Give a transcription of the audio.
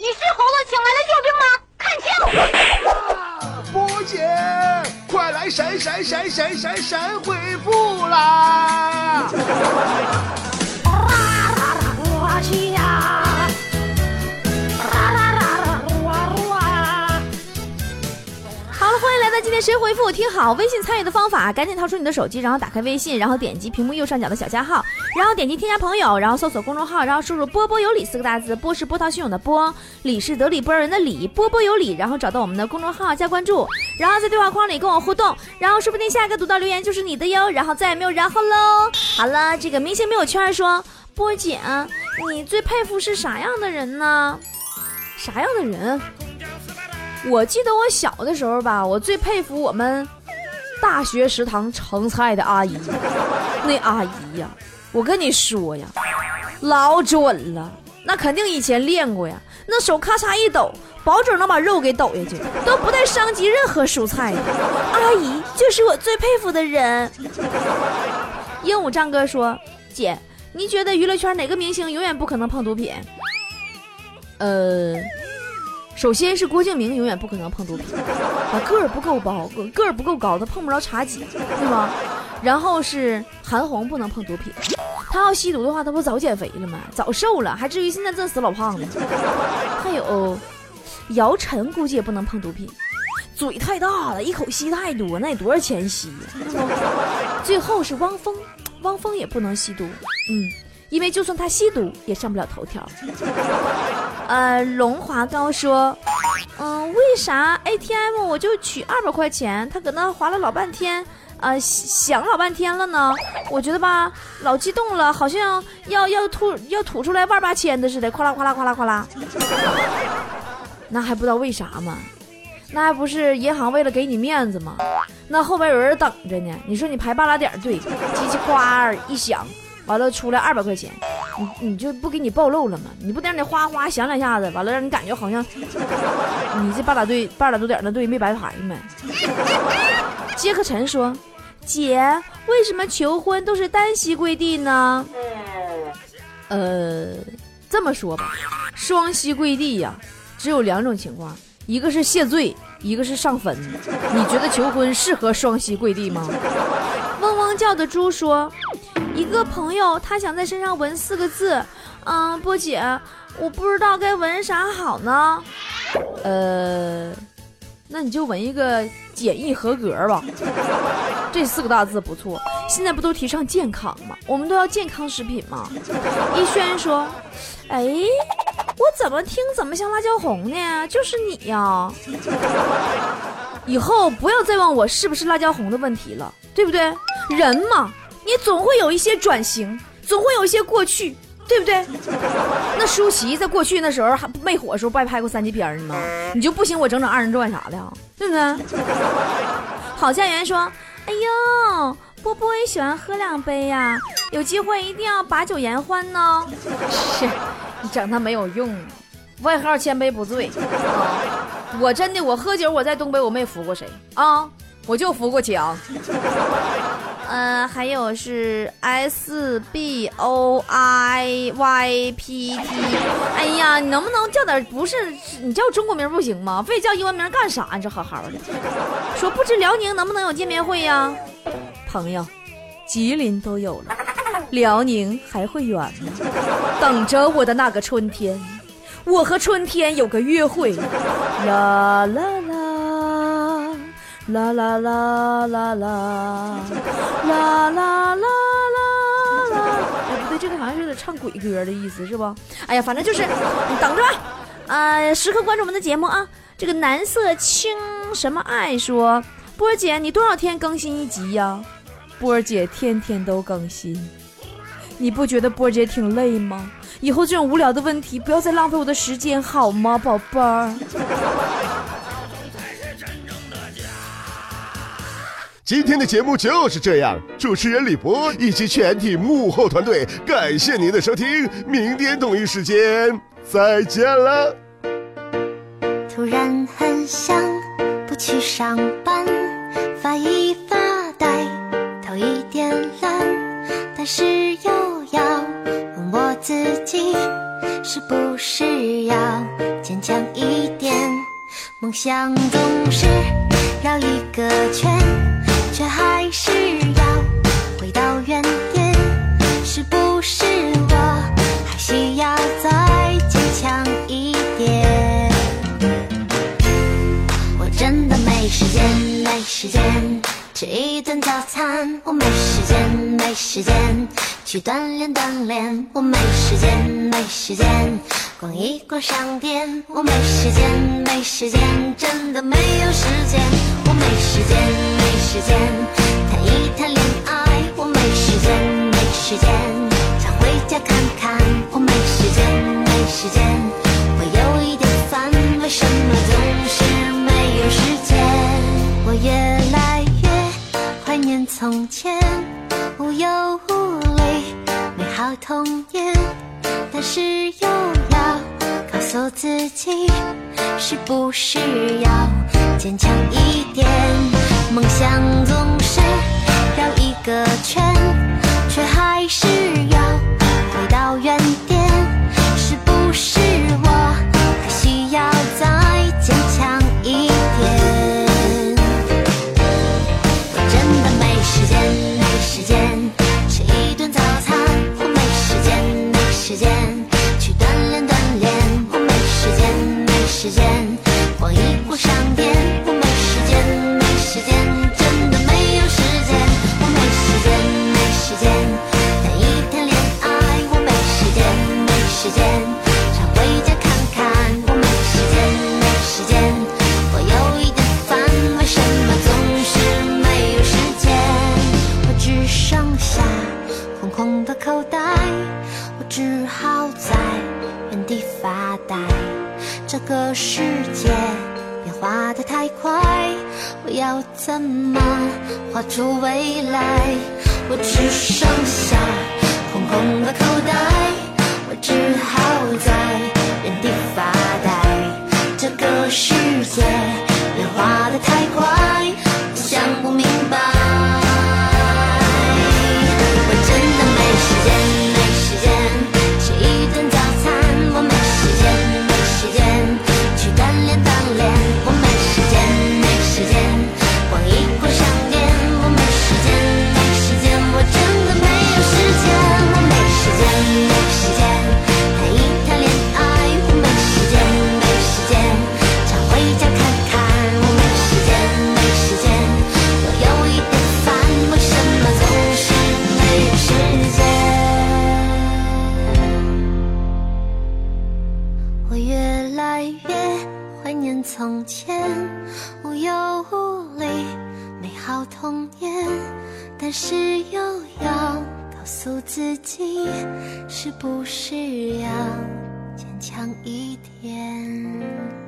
你是猴子请来的救兵吗？看清！ 波姐，快来神回复啦！ 欢迎来到今天谁回复，听好微信参与的方法，赶紧掏出你的手机，然后打开微信，然后点击屏幕右上角的小加号，然后点击添加朋友，然后搜索公众号，然后输入波波有理4个大字，波是波涛汹涌的波，理是得理不饶人的理，波波有理，然后找到我们的公众号加关注，然后在对话框里跟我互动，然后说不定下一个读到留言就是你的哟，然后再也没有然后喽。好了，这个明星没有圈说，波姐你最佩服是啥样的人呢？啥样的人？我记得我小的时候吧，我最佩服我们大学食堂盛菜的阿姨。那阿姨呀，我跟你说呀，老准了，那肯定以前练过呀，那手咔嚓一抖，保准能把肉给抖下去，都不带伤及任何蔬菜的。阿姨就是我最佩服的人。鹦鹉张哥说，姐，你觉得娱乐圈哪个明星永远不可能碰毒品？首先是郭敬明永远不可能碰毒品，个儿不够高，他碰不着茶几，对吗？然后是韩红不能碰毒品，他要吸毒的话，他不早减肥了吗？早瘦了，还至于现在这死老胖子。还有姚晨估计也不能碰毒品，嘴太大了，一口吸太多，那得多少钱吸呀？最后是汪峰也不能吸毒，因为就算他吸毒也上不了头条。龙华高说，为啥 ATM 我就取200块钱，他搁那划了老半天，想老半天了呢？我觉得吧，老激动了，好像要吐出来18000的似的，哗啦哗啦哗啦哗啦。那还不知道为啥吗？那还不是银行为了给你面子吗？那后边有人等着呢，你说你排8拉点队，机器哗一响，完了出来200块钱，你就不给你暴露了吗？你不得让你哗哗响2下子，完了让你感觉好像你这8拉多点的队没白排吗？杰克陈说，姐，为什么求婚都是单膝跪地呢？这么说吧，双膝跪地呀，只有2种情况，一个是谢罪，一个是上坟。你觉得求婚适合双膝跪地吗？嗡嗡叫的猪说，一个朋友他想在身上纹4个字，波姐，我不知道该纹啥好呢。那你就纹一个检疫合格吧，这4个大字不错。现在不都提倡健康吗？我们都要健康食品吗？一轩说，我怎么听怎么像辣椒红呢？就是你呀！以后不要再问我是不是辣椒红的问题了，对不对？人嘛，你总会有一些转型，总会有一些过去，对不对？那舒淇在过去那时候还没火的时候，不还拍过3级片呢吗？你就不行我整2人转啥的，对不对？郝家园说，哎呦，波波也喜欢喝2杯呀，有机会一定要把酒言欢呢。是，你整他没有用，外号千杯不醉。我真的，我喝酒，我在东北我没服过谁啊，我就服过强。还有是 SBOIYPT。哎呀，你能不能叫点不是你叫中国名不行吗？非叫英文名干啥？你这好好的。说不知辽宁能不能有见面会呀？朋友，吉林都有了，辽宁还会远吗？等着我的那个春天，我和春天有个约会。啦啦啦啦啦啦啦啦啦啦啦啦。哎，不对，这个好像是有点唱鬼歌的意思，是不？哎呀，反正就是你等着吧。时刻关注我们的节目啊。这个蓝色青什么爱说，波儿姐，你多少天更新1集呀？波儿姐天天都更新，你不觉得波儿姐挺累吗？以后这种无聊的问题不要再浪费我的时间好吗，宝贝儿？ 今天的节目就是这样，主持人李博以及全体幕后团队感谢您的收听，明天同一时间再见了。 突然很想不去上班，发一发呆，头一点蓝，但是又要问我自己是不是要坚强一点？梦想总是绕一个圈，却还是要回到原点。是不是我还需要再坚强一点？我真的没时间，没时间吃一顿早餐，我没时间，没时间去锻炼锻炼，我没时间，没时间逛一逛商店，我没时间，没时间真的没有时间，我没时间，没时间谈一谈恋爱，我没时间，没时间想回家看看，我没时间，没时间我有一点烦，为什么总是没有时间？我越来越怀念从前，无忧无虑美好童年，但是又要告诉自己，是不是要坚强一点？梦想总是绕一个圈，却还是要回到原点。是不是我还需要再坚强一点？我真的没时间，没时间吃一顿早餐，我没时间，没时间去锻炼锻炼，我没时间，没时间逛一逛商店，我没时间，没时间真的没有时间，我没时间，没时间谈一谈恋爱，我没时间，没时间常回家看看，我没时间，没时间我有一点烦，为什么总是没有时间？我只剩下空空的口袋，我只好在原地发呆。这个世界变化得太快，我要怎么画出未来？我只剩下空空的口袋，我只好在原地发呆。这个世界变化得太快，我想不明白。我真的没时间，没时间吃一顿早餐，我没时间，没时间去锻炼锻炼，我没时间，没时间逛一逛商店，我没时间，没时间我真的没有时间，我没时间，没时间谈一谈恋爱，我没时间，没时间常回家看看，我没时间，没时间我有一点烦，为什么总是没有时间？我越来越怀念从前，无忧无虑美好童年，但是又要告诉自己，是不是要坚强一点？